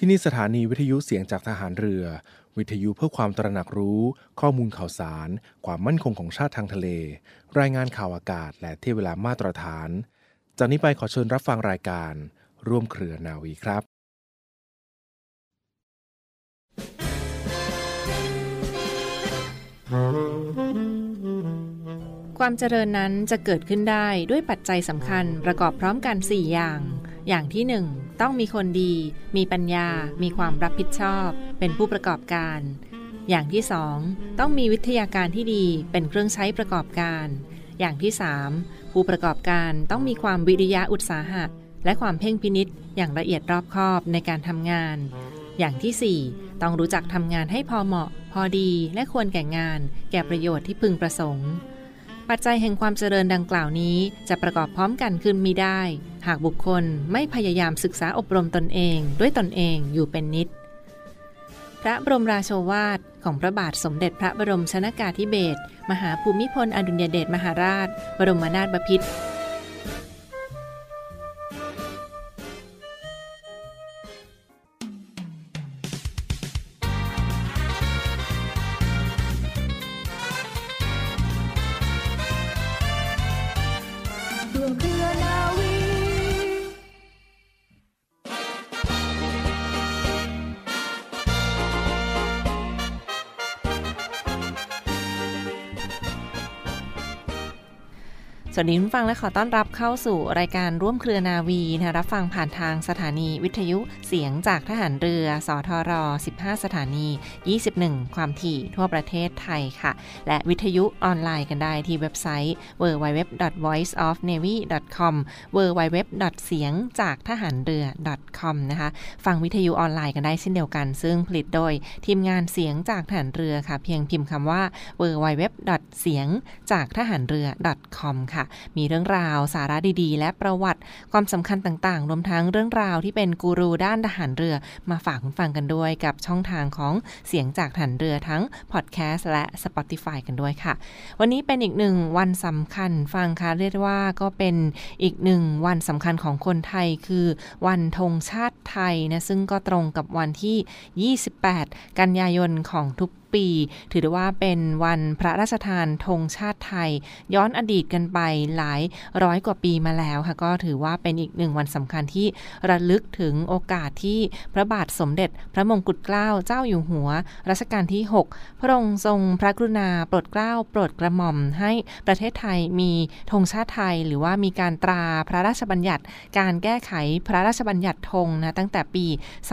ที่นี่สถานีวิทยุเสียงจากทหารเรือวิทยุเพื่อความตระหนักรู้ข้อมูลข่าวสารความมั่นคงของชาติทางทะเลรายงานข่าวอากาศและที่เวลามาตรฐานจากนี้ไปขอเชิญรับฟังรายการร่วมเครือนาวีครับความเจริญนั้นจะเกิดขึ้นได้ด้วยปัจจัยสำคัญประกอบพร้อมกัน4อย่างที่1ต้องมีคนดีมีปัญญามีความรับผิดชอบเป็นผู้ประกอบการอย่างที่2ต้องมีวิทยาการที่ดีเป็นเครื่องใช้ประกอบการอย่างที่3ผู้ประกอบการต้องมีความวิริยะอุตสาหะและความเพ่งพินิจอย่างละเอียดรอบคอบในการทำงานอย่างที่4ต้องรู้จักทำงานให้พอเหมาะพอดีและควรแก่งานแก่ประโยชน์ที่พึงประสงค์ปัจจัยแห่งความเจริญดังกล่าวนี้จะประกอบพร้อมกันขึ้นมิได้หากบุคคลไม่พยายามศึกษาอบรมตนเองด้วยตนเองอยู่เป็นนิจพระบรมราโชวาทของพระบาทสมเด็จพระบรมชนกาธิเบศรมหาภูมิพลอดุลยเดชมหาราชบรมนาถบพิตรสวัสดีคุณฟังและขอต้อนรับเข้าสู่รายการร่วมเครือนาวีนะคะรับฟังผ่านทางสถานีวิทยุเสียงจากทหารเรือสทร15สถานี21ความถี่ทั่วประเทศไทยค่ะและวิทยุออนไลน์กันได้ที่เว็บไซต์ www.voiceofnavy.com www. เสียงจากทหารเรือ .com นะคะฟังวิทยุออนไลน์กันได้เช่นเดียวกันซึ่งผลิตโดยทีมงานเสียงจากทหารเรือค่ะเพียงพิมพ์คำว่า www. เสียงจากทหารเรือ .com ค่ะมีเรื่องราวสาระดีๆและประวัติความสำคัญต่างๆรวมทั้งเรื่องราวที่เป็นกูรูด้านทหารเรือมาฝากคุณฟังกันด้วยกับช่องทางของเสียงจากทหารเรือทั้งพอดแคสต์และ Spotify กันด้วยค่ะวันนี้เป็นอีกหนึ่งวันสำคัญฟังค่ะเรียกว่าก็เป็นอีกหนึ่งวันสำคัญของคนไทยคือวันธงชาติไทยนะซึ่งก็ตรงกับวันที่28กันยายนของทุกปีถือได้ว่าเป็นวันพระราชทานธงชาติไทยย้อนอดีตกันไปหลายร้อยกว่าปีมาแล้วค่ะก็ถือว่าเป็นอีกหนึ่งวันสำคัญที่ระลึกถึงโอกาสที่พระบาทสมเด็จพระมงกุฎเกล้าเจ้าอยู่หัวรัชกาลที่6พระองค์ทรงพระกรุณาโปรดเกล้าโปรดกระหม่อมให้ประเทศไทยมีธงชาติไทยหรือว่ามีการตราพระราชบัญญัติการแก้ไขพระราชบัญญัติธงนะตั้งแต่ปี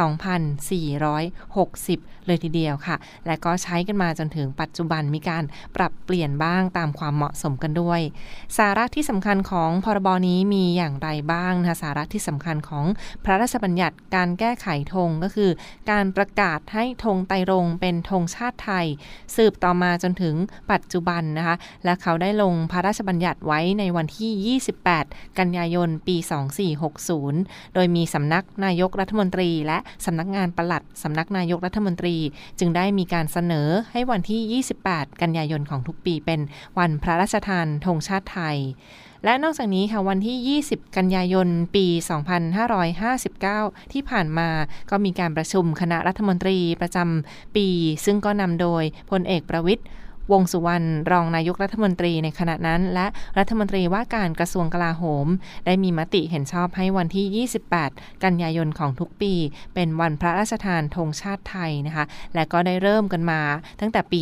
2460เลยทีเดียวค่ะและก็ใช้กันมาจนถึงปัจจุบันมีการปรับเปลี่ยนบ้างตามความเหมาะสมกันด้วยสาระที่สำคัญของพรบนี้มีอย่างไรบ้างนะคะสาระที่สำคัญของพระราชบัญญัติการแก้ไขธงก็คือการประกาศให้ธงไตรรงค์เป็นธงชาติไทยสืบต่อมาจนถึงปัจจุบันนะคะและเขาได้ลงพระราชบัญญัติไว้ในวันที่28กันยายนปี2460โดยมีสำนักนายกรัฐมนตรีและสำนักงานปลัดสำนักนายกรัฐมนตรีจึงได้มีการเสนอให้วันที่28กันยายนของทุกปีเป็นวันพระราชทานธงชาติไทยและนอกจากนี้ค่ะวันที่20กันยายนปี2559ที่ผ่านมาก็มีการประชุมคณะรัฐมนตรีประจำปีซึ่งก็นำโดยพลเอกประวิตรวงษ์สุวรรณรองนายกรัฐมนตรีในขณะนั้นและรัฐมนตรีว่าการกระทรวงกลาโหมได้มีมติเห็นชอบให้วันที่28กันยายนของทุกปีเป็นวันพระราชทานธงชาติไทยนะคะและก็ได้เริ่มกันมาตั้งแต่ปี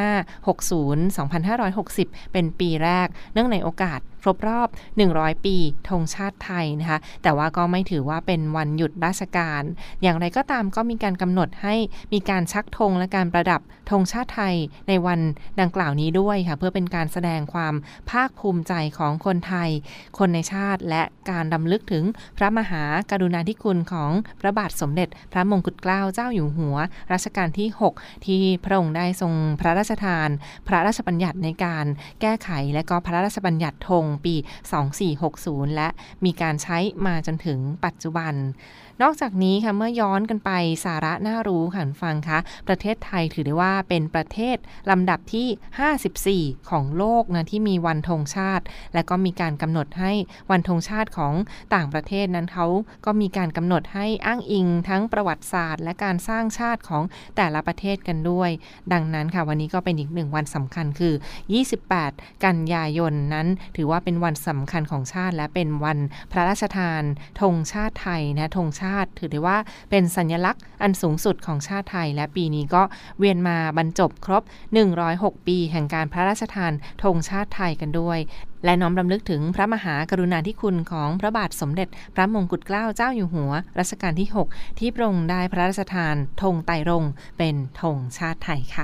2560เป็นปีแรกเนื่องในโอกาสครบรอบ100ปีธงชาติไทยนะคะแต่ว่าก็ไม่ถือว่าเป็นวันหยุดราชการอย่างไรก็ตามก็มีการกำหนดให้มีการชักธงและการประดับธงชาติไทยในวันดังกล่าวนี้ด้วยค่ะเพื่อเป็นการแสดงความภาคภูมิใจของคนไทยคนในชาติและการรำลึกถึงพระมหากรุณาธิคุณของพระบาทสมเด็จพระมงกุฎเกล้าเจ้าอยู่หัวรัชกาลที่6ที่พระองค์ได้ทรงพระราชทานพระราชบัญญัติในการแก้ไขและก็พระราชบัญญัติธงปี 2460 และมีการใช้มาจนถึงปัจจุบันนอกจากนี้ค่ะเมื่อย้อนกันไปสาระน่ารู้ค่ะฟังคะประเทศไทยถือได้ว่าเป็นประเทศลำดับที่ 54 ของโลกนะที่มีวันธงชาติและก็มีการกำหนดให้วันธงชาติของต่างประเทศนั้นเขาก็มีการกำหนดให้อ้างอิงทั้งประวัติศาสตร์และการสร้างชาติของแต่ละประเทศกันด้วยดังนั้นค่ะวันนี้ก็เป็นอีกหนึ่งวันสำคัญคือ28 กันยายนนั้นถือว่าเป็นวันสำคัญของชาติและเป็นวันพระราชทานธงชาติไทยนะธงชาติถือได้ว่าเป็นสัญลักษณ์อันสูงสุดของชาติไทยและปีนี้ก็เวียนมาบรรจบครบ106 ปีแห่งการพระราชทานธงชาติไทยกันด้วยและน้อมรำลึกถึงพระมหากรุณาธิคุณของพระบาทสมเด็จพระมงกุฎเกล้าเจ้าอยู่หัวรัชกาลที่ 6ที่พระองค์ได้พระราชทานธงไตรรงค์เป็นธงชาติไทยค่ะ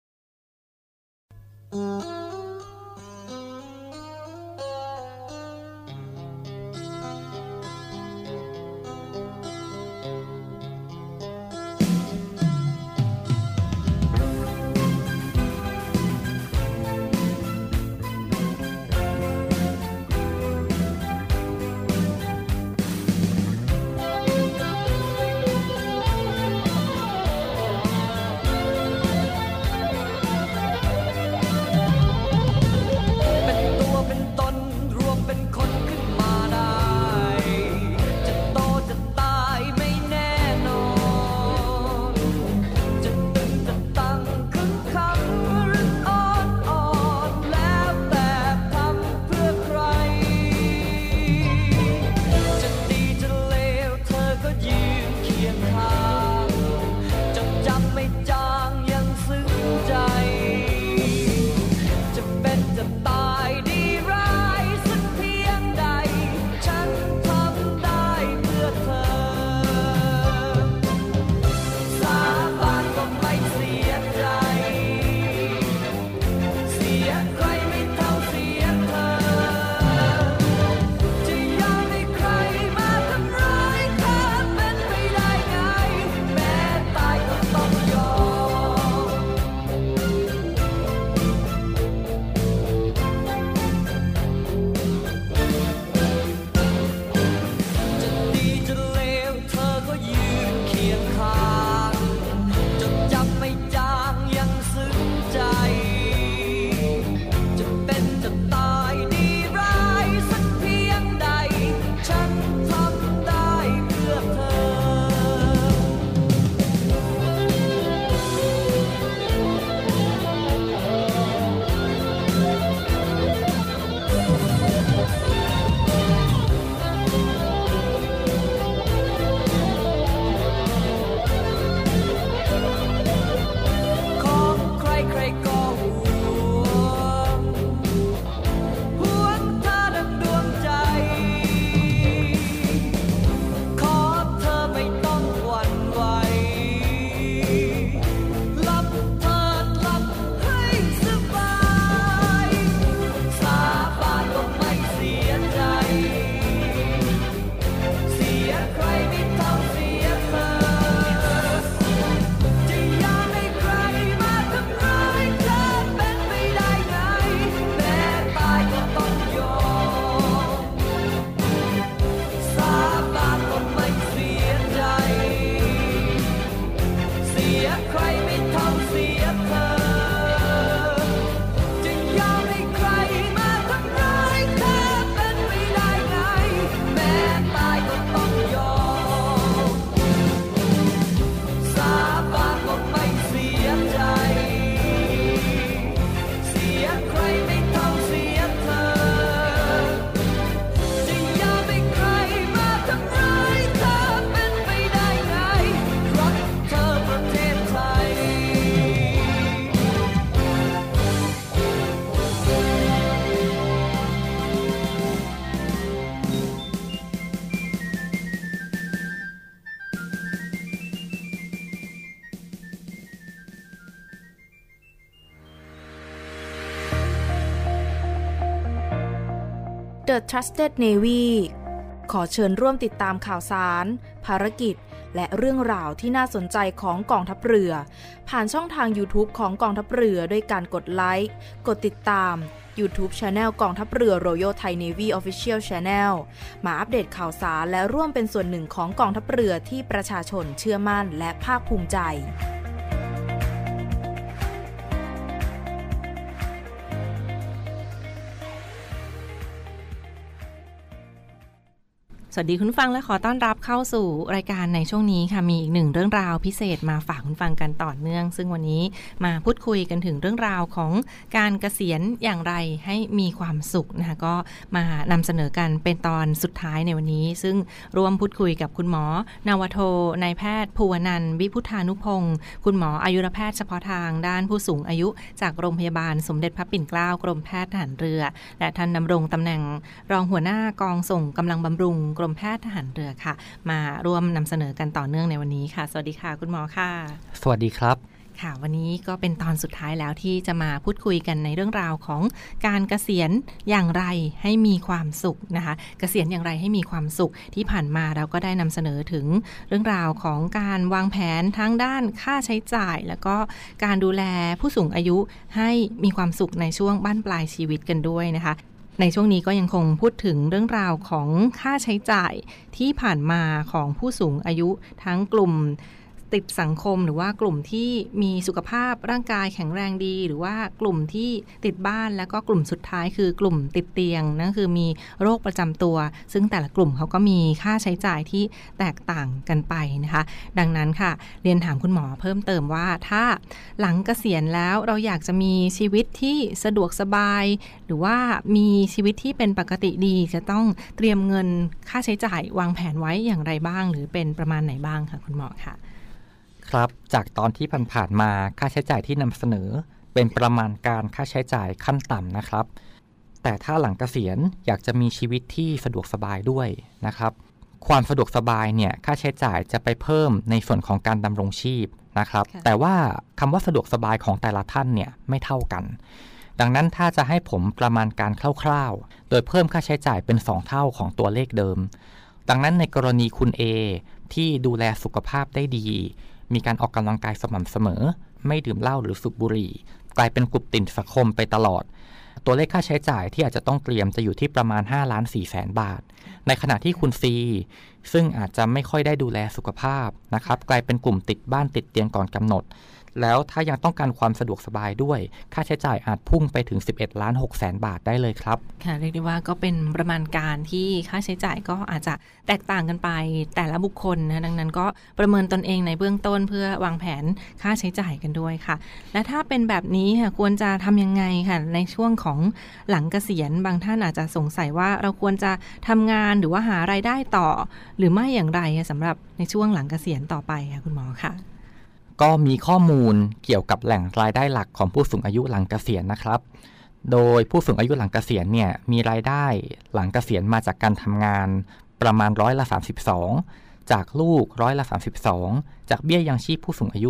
The Trusted Navy ขอเชิญร่วมติดตามข่าวสารภารกิจและเรื่องราวที่น่าสนใจของกองทัพเรือผ่านช่องทาง YouTube ของกองทัพเรือด้วยการกดไลค์กดติดตาม YouTube Channel กองทัพเรือ Royal Thai Navy Official Channel มาอัปเดตข่าวสารและร่วมเป็นส่วนหนึ่งของกองทัพเรือที่ประชาชนเชื่อมั่นและภาคภูมิใจสวัสดีคุณฟังและขอต้อนรับเข้าสู่รายการในช่วงนี้ค่ะมีอีกหนึ่งเรื่องราวพิเศษมาฝากคุณฟังกันต่อเนื่องซึ่งวันนี้มาพูดคุยกันถึงเรื่องราวของการเกษียณอย่างไรให้มีความสุขนะคะก็มานำเสนอกันเป็นตอนสุดท้ายในวันนี้ซึ่งร่วมพูดคุยกับคุณหมอนาวโทนายแพทย์ภูวนันท์วิพุทธานุพงศ์คุณหมออายุรแพทย์เฉพาะทางด้านผู้สูงอายุจากโรงพยาบาลสมเด็จพระปิ่นเกล้ากรมแพทย์ทหารเรือและท่านดำรงตำแหน่งรองหัวหน้ากองส่งกำลังบำรุงกรมแพทย์ทหารเรือค่ะมาร่วมนำเสนอกันต่อเนื่องในวันนี้ค่ะสวัสดีค่ะคุณหมอค่ะสวัสดีครับค่ะวันนี้ก็เป็นตอนสุดท้ายแล้วที่จะมาพูดคุยกันในเรื่องราวของการเกษียณอย่างไรให้มีความสุขนะคะเกษียณอย่างไรให้มีความสุขที่ผ่านมาเราก็ได้นำเสนอถึงเรื่องราวของการวางแผนทั้งด้านค่าใช้จ่ายแล้วก็การดูแลผู้สูงอายุให้มีความสุขในช่วงบั้นปลายชีวิตกันด้วยนะคะในช่วงนี้ก็ยังคงพูดถึงเรื่องราวของค่าใช้จ่ายที่ผ่านมาของผู้สูงอายุทั้งกลุ่มติดสังคมหรือว่ากลุ่มที่มีสุขภาพร่างกายแข็งแรงดีหรือว่ากลุ่มที่ติดบ้านแล้วก็กลุ่มสุดท้ายคือกลุ่มติดเตียงนั่นคือมีโรคประจำตัวซึ่งแต่ละกลุ่มเขาก็มีค่าใช้จ่ายที่แตกต่างกันไปนะคะดังนั้นค่ะเรียนถามคุณหมอเพิ่มเติมว่าถ้าหลังเกษียณแล้วเราอยากจะมีชีวิตที่สะดวกสบายหรือว่ามีชีวิตที่เป็นปกติดีจะต้องเตรียมเงินค่าใช้จ่ายวางแผนไว้อย่างไรบ้างหรือเป็นประมาณไหนบ้างค่ะคุณหมอค่ะครับจากตอนที่ผ่านมาค่าใช้จ่ายที่นำเสนอเป็นประมาณการค่าใช้จ่ายขั้นต่ำนะครับแต่ถ้าหลังเกษียณอยากจะมีชีวิตที่สะดวกสบายด้วยนะครับความสะดวกสบายเนี่ยค่าใช้จ่ายจะไปเพิ่มในส่วนของการดำรงชีพนะครับแต่ว่าคำว่าสะดวกสบายของแต่ละท่านเนี่ยไม่เท่ากันดังนั้นถ้าจะให้ผมประมาณการคร่าวๆโดยเพิ่มค่าใช้จ่ายเป็น2เท่าของตัวเลขเดิมดังนั้นในกรณีคุณ A ที่ดูแลสุขภาพได้ดีมีการออกกำลังกายสม่ำเสมอไม่ดื่มเหล้าหรือสูบบุหรี่กลายเป็นกลุ่มติดสังคมไปตลอดตัวเลขค่าใช้จ่ายที่อาจจะต้องเตรียมจะอยู่ที่ประมาณ5,400,000 บาทในขณะที่คุณ C ซึ่งอาจจะไม่ค่อยได้ดูแลสุขภาพนะครับกลายเป็นกลุ่มติดบ้านติดเตียงก่อนกำหนดแล้วถ้ายังต้องการความสะดวกสบายด้วยค่าใช้จ่ายอาจพุ่งไปถึง 11,600,000 บาทได้เลยครับค่ะเรียกได้ว่าก็เป็นประมาณการที่ค่าใช้จ่ายก็อาจจะแตกต่างกันไปแต่ละบุคคลนะดังนั้นก็ประเมินตนเองในเบื้องต้นเพื่อวางแผนค่าใช้จ่ายกันด้วยค่ะและถ้าเป็นแบบนี้ค่ะควรจะทำยังไงค่ะในช่วงของหลังเกษียณบางท่านอาจจะสงสัยว่าเราควรจะทำงานหรือว่าหารายได้ต่อหรือไม่อย่างไรสำหรับในช่วงหลังเกษียณต่อไปค่ะคุณหมอค่ะก็มีข้อมูลเกี่ยวกับแหล่งรายได้หลักของผู้สูงอายุหลังเกษียณนะครับโดยผู้สูงอายุหลังเกษียณเนี่ยมีรายได้หลังเกษียณมาจากการทำงานประมาณ32%จากลูก32%จากเบี้ยยังชีพผู้สูงอายุ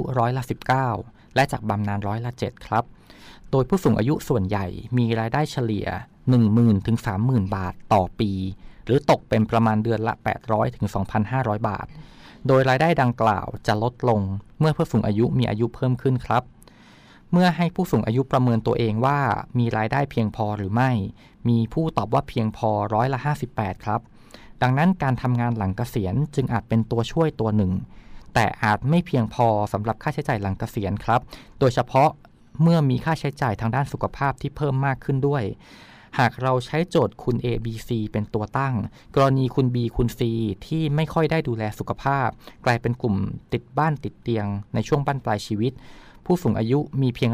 19%และจากบำนาญ7%ครับโดยผู้สูงอายุส่วนใหญ่มีรายได้เฉลี่ย 10,000 ถึง 30,000 บาทต่อปีหรือตกเป็นประมาณเดือนละ800 ถึง 2,500 บาทโดยรายได้ดังกล่าวจะลดลงเมื่อผู้สูงอายุมีอายุเพิ่มขึ้นครับเมื่อให้ผู้สูงอายุประเมินตัวเองว่ามีรายได้เพียงพอหรือไม่มีผู้ตอบว่าเพียงพอ58%ครับดังนั้นการทำงานหลังเกษียณจึงอาจเป็นตัวช่วยตัวหนึ่งแต่อาจไม่เพียงพอสำหรับค่าใช้จ่ายหลังเกษียณครับโดยเฉพาะเมื่อมีค่าใช้จ่ายทางด้านสุขภาพที่เพิ่มมากขึ้นด้วยหากเราใช้โจทย์คุณ A B C เป็นตัวตั้งกรณีคุณ B คุณ C ที่ไม่ค่อยได้ดูแลสุขภาพกลายเป็นกลุ่มติดบ้านติดเตียงในช่วงบั้นปลายชีวิตผู้สูงอายุมีเพียง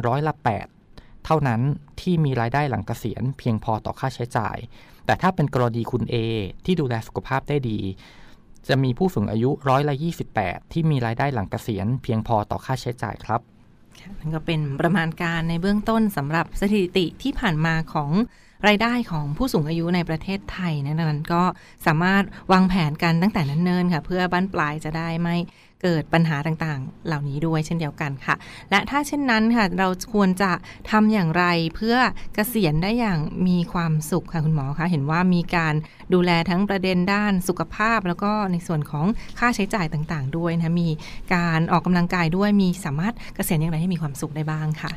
8%เท่านั้นที่มีรายได้หลังเกษียณเพียงพอต่อค่าใช้จ่ายแต่ถ้าเป็นกรณีคุณ A ที่ดูแลสุขภาพได้ดีจะมีผู้สูงอายุ28%ที่มีรายได้หลังเกษียณเพียงพอต่อค่าใช้จ่ายครับนั่นก็เป็นประมาณการในเบื้องต้นสำหรับสถิติที่ผ่านมาของรายได้ของผู้สูงอายุในประเทศไทยนั้นก็สามารถวางแผนกันตั้งแต่เนิ่นๆค่ะเพื่อบั้นปลายจะได้ไม่เกิดปัญหาต่างๆเหล่านี้ด้วยเช่นเดียวกันค่ะและถ้าเช่นนั้นค่ะเราควรจะทำอย่างไรเพื่อเกษียณได้อย่างมีความสุขค่ะคุณหมอคะเห็นว่ามีการดูแลทั้งประเด็นด้านสุขภาพแล้วก็ในส่วนของค่าใช้จ่ายต่างๆด้วยนะมีการออกกำลังกายด้วยมีสามารถเกษียณอย่างไรให้มีความสุขได้บ้างค่ะ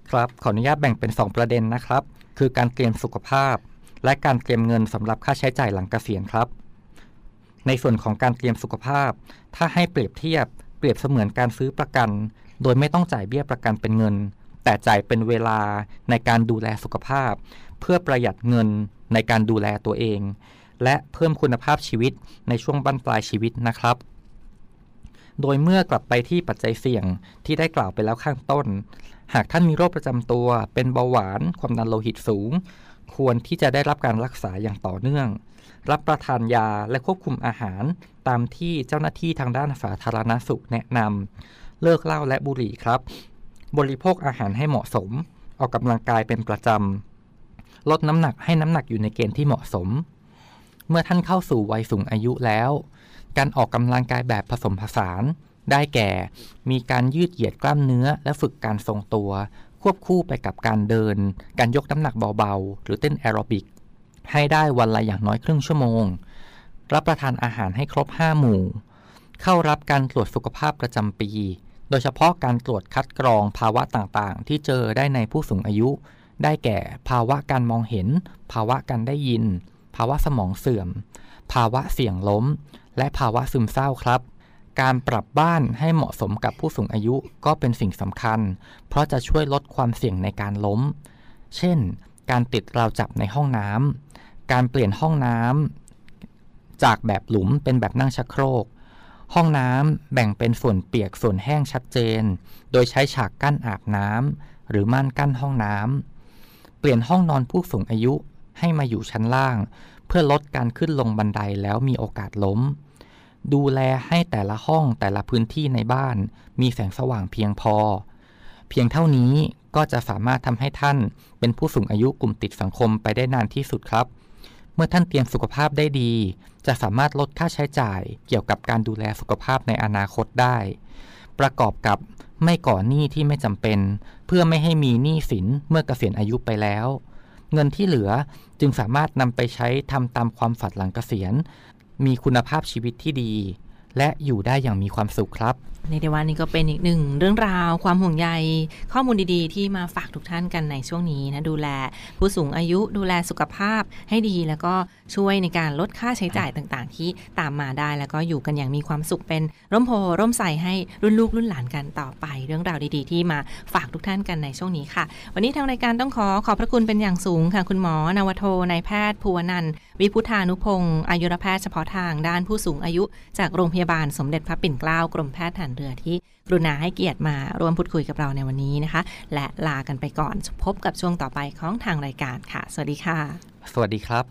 ครับขออนุญาตแบ่งเป็น2ประเด็นนะครับคือการเตรียมสุขภาพและการเตรียมเงินสำหรับค่าใช้จ่ายหลังเกษียณครับในส่วนของการเตรียมสุขภาพถ้าให้เปรียบเทียบเปรียบเสมือนการซื้อประกันโดยไม่ต้องจ่ายเบี้ยประกันเป็นเงินแต่จ่ายเป็นเวลาในการดูแลสุขภาพเพื่อประหยัดเงินในการดูแลตัวเองและเพิ่มคุณภาพชีวิตในช่วงบั้นปลายชีวิตนะครับโดยเมื่อกลับไปที่ปัจจัยเสี่ยงที่ได้กล่าวไปแล้วข้างต้นหากท่านมีโรคประจำตัวเป็นเบาหวานความดันโลหิตสูงควรที่จะได้รับการรักษาอย่างต่อเนื่องรับประทานยาและควบคุมอาหารตามที่เจ้าหน้าที่ทางด้านสาธารณสุขแนะนำเลิกเหล้าและบุหรี่ครับบริโภคอาหารให้เหมาะสมออกกำลังกายเป็นประจำลดน้ำหนักให้น้ำหนักอยู่ในเกณฑ์ที่เหมาะสมเมื่อท่านเข้าสู่วัยสูงอายุแล้วการออกกำลังกายแบบผสมผสานได้แก่มีการยืดเหยียดกล้ามเนื้อและฝึกการทรงตัวควบคู่ไปกับการเดินการยกน้ำหนักเบาๆหรือเต้นแอโรบิกให้ได้วันละอย่างน้อยครึ่งชั่วโมงรับประทานอาหารให้ครบ5หมู่เข้ารับการตรวจสุขภาพประจำปีโดยเฉพาะการตรวจคัดกรองภาวะต่างๆที่เจอได้ในผู้สูงอายุได้แก่ภาวะการมองเห็นภาวะการได้ยินภาวะสมองเสื่อมภาวะเสี่ยงล้มและภาวะซึมเศร้าครับการปรับบ้านให้เหมาะสมกับผู้สูงอายุก็เป็นสิ่งสำคัญเพราะจะช่วยลดความเสี่ยงในการล้มเช่นการติดราวจับในห้องน้ำการเปลี่ยนห้องน้ำจากแบบหลุมเป็นแบบนั่งชักโครกห้องน้ำแบ่งเป็นส่วนเปียกส่วนแห้งชัดเจนโดยใช้ฉากกั้นอาบน้ำหรือม่านกั้นห้องน้ำเปลี่ยนห้องนอนผู้สูงอายุให้มาอยู่ชั้นล่างเพื่อลดการขึ้นลงบันไดแล้วมีโอกาสล้มดูแลให้แต่ละห้องแต่ละพื้นที่ในบ้านมีแสงสว่างเพียงพอเพียงเท่านี้ก็จะสามารถทำให้ท่านเป็นผู้สูงอายุกลุ่มติดสังคมไปได้นานที่สุดครับเมื่อท่านเตรียมสุขภาพได้ดีจะสามารถลดค่าใช้จ่ายเกี่ยวกับการดูแลสุขภาพในอนาคตได้ประกอบกับไม่ก่อหนี้ที่ไม่จำเป็นเพื่อไม่ให้มีหนี้สินเมื่อเกษียณอายุไปแล้วเงินที่เหลือจึงสามารถนำไปใช้ทำตามความฝันหลังเกษียณมีคุณภาพชีวิตที่ดีและอยู่ได้อย่างมีความสุขครับในเดวันนี้ก็เป็นอีกหนึ่งเรื่องราวความห่วงใยข้อมูลดีๆที่มาฝากทุกท่านกันในช่วงนี้นะดูแลผู้สูงอายุดูแลสุขภาพให้ดีแล้วก็ช่วยในการลดค่าใช้จ่ายต่างๆที่ตามมาได้แล้วก็อยู่กันอย่างมีความสุขเป็นร่มโพร่มใสให้รุ่นลูกรุ่นหลานกันต่อไปเรื่องราวดีๆที่มาฝากทุกท่านกันในช่วงนี้ค่ะวันนี้ทางรายการต้องขอบพระคุณเป็นอย่างสูงค่ะคุณหมอนวโทนายแพทย์ภูวนันท์วิพุธานุพงศ์อายุรแพทย์เฉพาะทางด้านผู้สูงอายุจากโรงพยาบาลสมเด็จพระปิ่นเกล้ากรมแพทย์ทหารเรือที่กรุณาให้เกียรติมาร่วมพูดคุยกับเราในวันนี้นะคะและลากันไปก่อนพบกับช่วงต่อไปของทางรายการค่ะสวัสดีค่ะสวัสดีครับ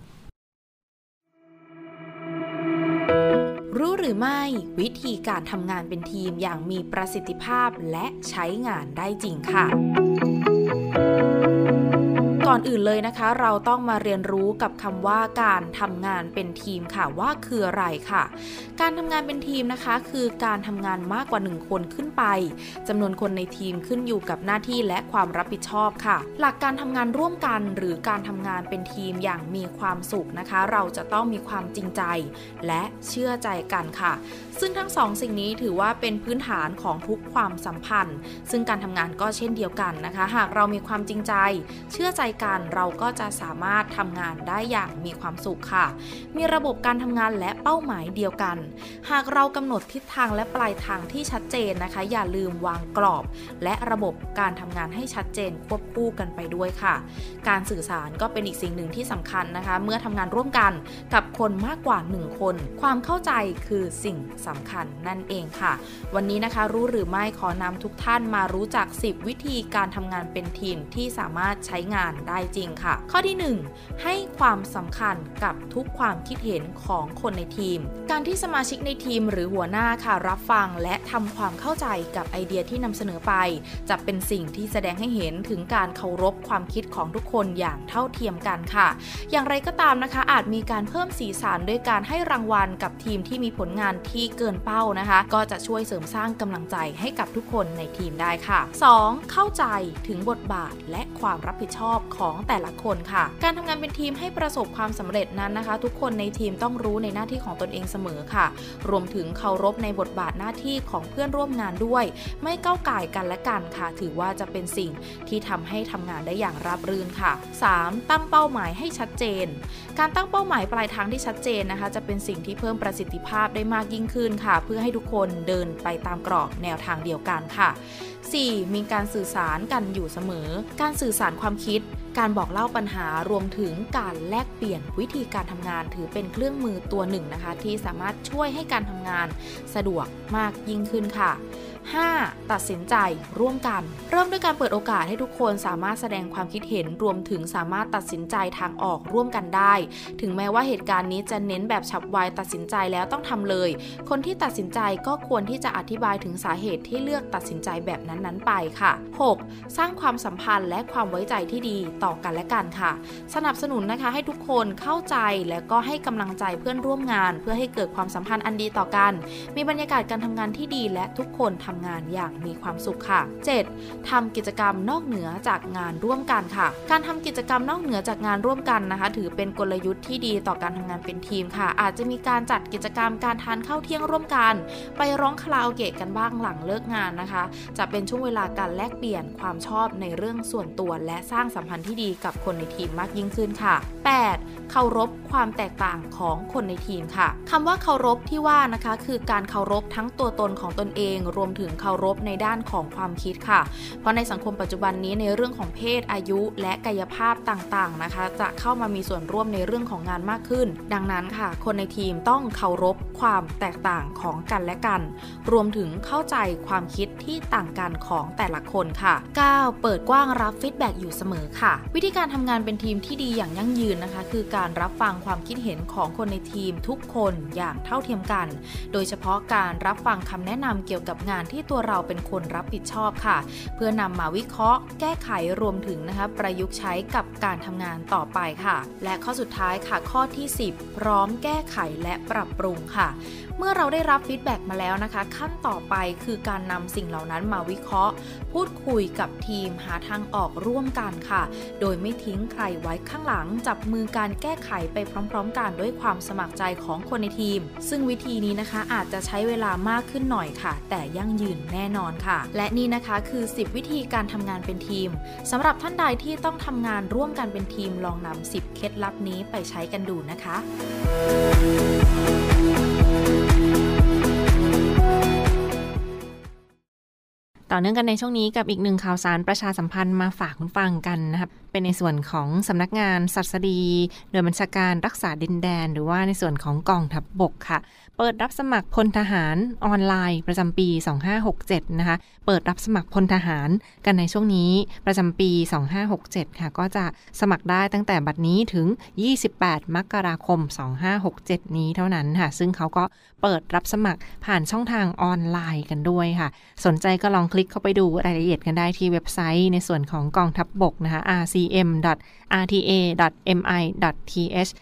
รู้หรือไม่วิธีการทำงานเป็นทีมอย่างมีประสิทธิภาพและใช้งานได้จริงค่ะก่อนอื่นเลยนะคะเราต้องมาเรียนรู้กับคำว่าการทำงานเป็นทีมค่ะว่าคืออะไรค่ะการทำงานเป็นทีมนะคะคือการทำงานมากกว่า1คนขึ้นไปจำนวนคนในทีมขึ้นอยู่กับหน้าที่และความรับผิดชอบค่ะหลักการทำงานร่วมกันหรือการทำงานเป็นทีมอย่างมีความสุขนะคะเราจะต้องมีความจริงใจและเชื่อใจกันค่ะซึ่งทั้งสองสิ่งนี้ถือว่าเป็นพื้นฐานของทุกความสัมพันธ์ซึ่งการทำงานก็เช่นเดียวกันนะคะหากเรามีความจริงใจเชื่อใจกันเราก็จะสามารถทำงานได้อย่างมีความสุขค่ะมีระบบการทำงานและเป้าหมายเดียวกันหากเรากำหนดทิศทางและปลายทางที่ชัดเจนนะคะอย่าลืมวางกรอบและระบบการทำงานให้ชัดเจนควบคู่กันไปด้วยค่ะการสื่อสารก็เป็นอีกสิ่งหนึ่งที่สำคัญนะคะเมื่อทำงานร่วมกันกับคนมากกว่า1คนความเข้าใจคือสิ่งสำคัญนั่นเองค่ะวันนี้นะคะรู้หรือไม่ขอนำทุกท่านมารู้จัก10วิธีการทำงานเป็นทีมที่สามารถใช้งานได้จริงค่ะข้อที่1ให้ความสำคัญกับทุกความคิดเห็นของคนในทีมการที่สมาชิกในทีมหรือหัวหน้าค่ะรับฟังและทำความเข้าใจกับไอเดียที่นำเสนอไปจะเป็นสิ่งที่แสดงให้เห็นถึงการเคารพความคิดของทุกคนอย่างเท่าเทียมกันค่ะอย่างไรก็ตามนะคะอาจมีการเพิ่มสีสันด้วยการให้รางวัลกับทีมที่มีผลงานที่เกินเป้านะคะก็จะช่วยเสริมสร้างกำลังใจให้กับทุกคนในทีมได้ค่ะ 2. เข้าใจถึงบทบาทและความรับผิดชอบของแต่ละคนค่ะการทำงานเป็นทีมให้ประสบความสำเร็จนั้นนะคะทุกคนในทีมต้องรู้ในหน้าที่ของตนเองเสมอค่ะรวมถึงเคารพในบทบาทหน้าที่ของเพื่อนร่วมงานด้วยไม่ก้าวก่ายกันและกันค่ะถือว่าจะเป็นสิ่งที่ทำให้ทำงานได้อย่างราบรื่นค่ะ 3. ตั้งเป้าหมายให้ชัดเจนการตั้งเป้าหมายปลายทางที่ชัดเจนนะคะจะเป็นสิ่งที่เพิ่มประสิทธิภาพได้มากยิ่งขึ้นค่ะเพื่อให้ทุกคนเดินไปตามกรอบแนวทางเดียวกันค่ะ 4. มีการสื่อสารกันอยู่เสมอการสื่อสารความคิดการบอกเล่าปัญหารวมถึงการแลกเปลี่ยนวิธีการทำงานถือเป็นเครื่องมือตัวหนึ่งนะคะที่สามารถช่วยให้การทำงานสะดวกมากยิ่งขึ้นค่ะ 5. ตัดสินใจร่วมกันเริ่มด้วยการเปิดโอกาสให้ทุกคนสามารถแสดงความคิดเห็นรวมถึงสามารถตัดสินใจทางออกร่วมกันได้ถึงแม้ว่าเหตุการณ์นี้จะเน้นแบบฉับไวตัดสินใจแล้วต้องทำเลยคนที่ตัดสินใจก็ควรที่จะอธิบายถึงสาเหตุที่เลือกตัดสินใจแบบนั้นๆไปค่ะ 6. สร้างความสัมพันธ์และความไว้ใจที่ดีต่อกันและกันค่ะสนับสนุนนะคะให้ทุกคนเข้าใจและก็ให้กำลังใจเพื่อนร่วมงานเพื่อให้เกิดความสัมพันธ์อันดีต่อกันมีบรรยากาศการทำงานที่ดีและทุกคนทำงานอย่างมีความสุขค่ะ 7. ทำกิจกรรมนอกเหนือจากงานร่วมกันค่ะการทำกิจกรรมนอกเหนือจากงานร่วมกันนะคะถือเป็นกลยุทธ์ที่ดีต่อการทำงานเป็นทีมค่ะอาจจะมีการจัดกิจกรรมการทานข้าวเที่ยงร่วมกันไปร้องคาราโอเกะกันบ้างหลังเลิกงานนะคะจะเป็นช่วงเวลาการแลกเปลี่ยนความชอบในเรื่องส่วนตัวและสร้างสัมพันธ์ที่ดีกับคนในทีมมากยิ่งขึ้นค่ะ 8. เคารพความแตกต่างของคนในทีมค่ะคำว่าเคารพที่ว่านะคะคือการเคารพทั้งตัวตนของตนเองรวมถึงเคารพในด้านของความคิดค่ะเพราะในสังคมปัจจุบันนี้ในเรื่องของเพศอายุและกายภาพต่างๆนะคะจะเข้ามามีส่วนร่วมในเรื่องของงานมากขึ้นดังนั้นค่ะคนในทีมต้องเคารพความแตกต่างของกันและกันรวมถึงเข้าใจความคิดที่ต่างกันของแต่ละคนค่ะ 9. เปิดกว้างรับฟีดแบ็กอยู่เสมอค่ะวิธีการทำงานเป็นทีมที่ดีอย่างยั่งยืนนะคะคือการรับฟังความคิดเห็นของคนในทีมทุกคนอย่างเท่าเทียมกันโดยเฉพาะการรับฟังคำแนะนำเกี่ยวกับงานที่ตัวเราเป็นคนรับผิดชอบค่ะเพื่อนำมาวิเคราะห์แก้ไขรวมถึงนะคะประยุกต์ใช้กับการทำงานต่อไปค่ะและข้อสุดท้ายค่ะข้อที่ 10 พร้อมแก้ไขและปรับปรุงค่ะเมื่อเราได้รับฟีดแบ็กมาแล้วนะคะขั้นต่อไปคือการนำสิ่งเหล่านั้นมาวิเคราะห์พูดคุยกับทีมหาทางออกร่วมกันค่ะโดยไม่ทิ้งใครไว้ข้างหลังจับมือการแก้ไขไปพร้อมๆกันด้วยความสมัครใจของคนในทีมซึ่งวิธีนี้นะคะอาจจะใช้เวลามากขึ้นหน่อยค่ะแต่ยั่งยืนแน่นอนค่ะและนี่นะคะคือ10วิธีการทำงานเป็นทีมสำหรับท่านใดที่ต้องทำงานร่วมกันเป็นทีมลองนำ10เคล็ดลับนี้ไปใช้กันดูนะคะต่อเนื่องกันในช่วงนี้กับอีกหนึ่งข่าวสารประชาสัมพันธ์มาฝากคุณฟังกันนะครับเป็นในส่วนของสำนักงานศัสดีหน่วยบัญชาการรักษาดินแดนหรือว่าในส่วนของกองทัพบกค่ะเปิดรับสมัครพลทหารออนไลน์ประจำปี2567นะคะเปิดรับสมัครพลทหารกันในช่วงนี้ประจำปี2567ค่ะก็จะสมัครได้ตั้งแต่บัดนี้ถึง28มกราคม2567นี้เท่านั้นค่ะซึ่งเขาก็เปิดรับสมัครผ่านช่องทางออนไลน์กันด้วยค่ะสนใจก็ลองคลิกเข้าไปดูรายละเอียดกันได้ที่เว็บไซต์ในส่วนของกองทัพบกนะคะ rcm.rta.mi.th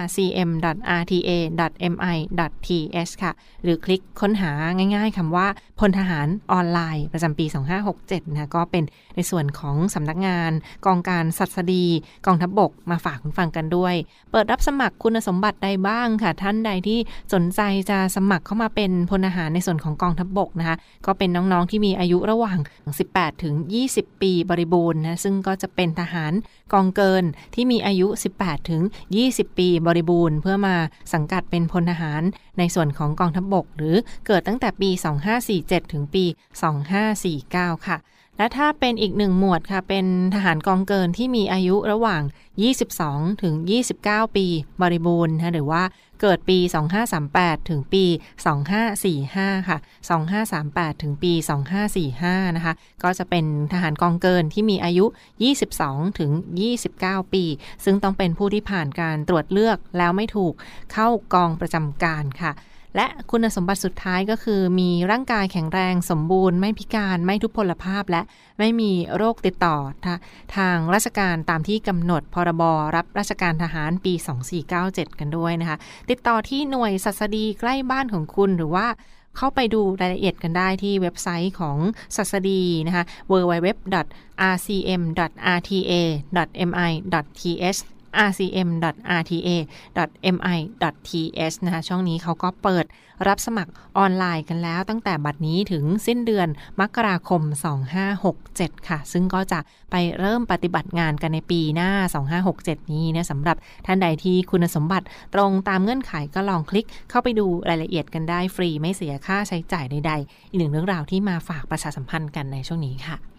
rcm.rta.mi.th ค่ะหรือคลิกค้นหาง่ายๆคำว่าพลทหารออนไลน์ประจำปี2567นะคะก็เป็นในส่วนของสำนักงานกองการศัสดีกองทัพบกมาฝากคุณฟังกันด้วยเปิดรับสมัครคุณสมบัติใดบ้างค่ะท่านใดที่สนใจจะสมัครเข้ามาเป็นพลทหารในส่วนของกองทัพบกนะคะก็เป็นน้องๆที่มีอายุระหว่าง18ถึง20ปีบริบูรณ์นะซึ่งก็จะเป็นทหารกองเกินที่มีอายุ18ถึง20ปีบริบูรณ์เพื่อมาสังกัดเป็นพลทหารในส่วนของกองทัพบกหรือเกิดตั้งแต่ปี2547ถึงปี2549ค่ะและถ้าเป็นอีกหนึ่งหมวดค่ะเป็นทหารกองเกินที่มีอายุระหว่าง22ถึง29ปีบริบูรณ์หรือว่าเกิดปี2538ถึงปี2545ค่ะ2538ถึงปี2545นะคะก็จะเป็นทหารกองเกินที่มีอายุ22ถึง29ปีซึ่งต้องเป็นผู้ที่ผ่านการตรวจเลือกแล้วไม่ถูกเข้ากองประจำการค่ะและคุณสมบัติสุดท้ายก็คือมีร่างกายแข็งแรงสมบูรณ์ไม่พิการไม่ทุพพลภาพและไม่มีโรคติดต่อทางราชการตามที่กำหนดพรบรับราชการทหารปี 2497 กันด้วยนะคะติดต่อที่หน่วยศัสดีใกล้บ้านของคุณหรือว่าเข้าไปดูรายละเอียดกันได้ที่เว็บไซต์ของศัสดีนะคะ www.rcm.rta.mi.th rcm.rta.mi.th นะคะช่องนี้เขาก็เปิดรับสมัครออนไลน์กันแล้วตั้งแต่บัดนี้ถึงสิ้นเดือนมกราคม 2567 ค่ะซึ่งก็จะไปเริ่มปฏิบัติงานกันในปีหน้า 2567 นี้นะสำหรับท่านใดที่คุณสมบัติตรงตามเงื่อนไขก็ลองคลิกเข้าไปดูรายละเอียดกันได้ฟรีไม่เสียค่าใช้จ่ายใดๆอีกหนึ่งเรื่องราวที่มาฝากประชาสัมพันธ์กันในช่วงนี้ค่ะ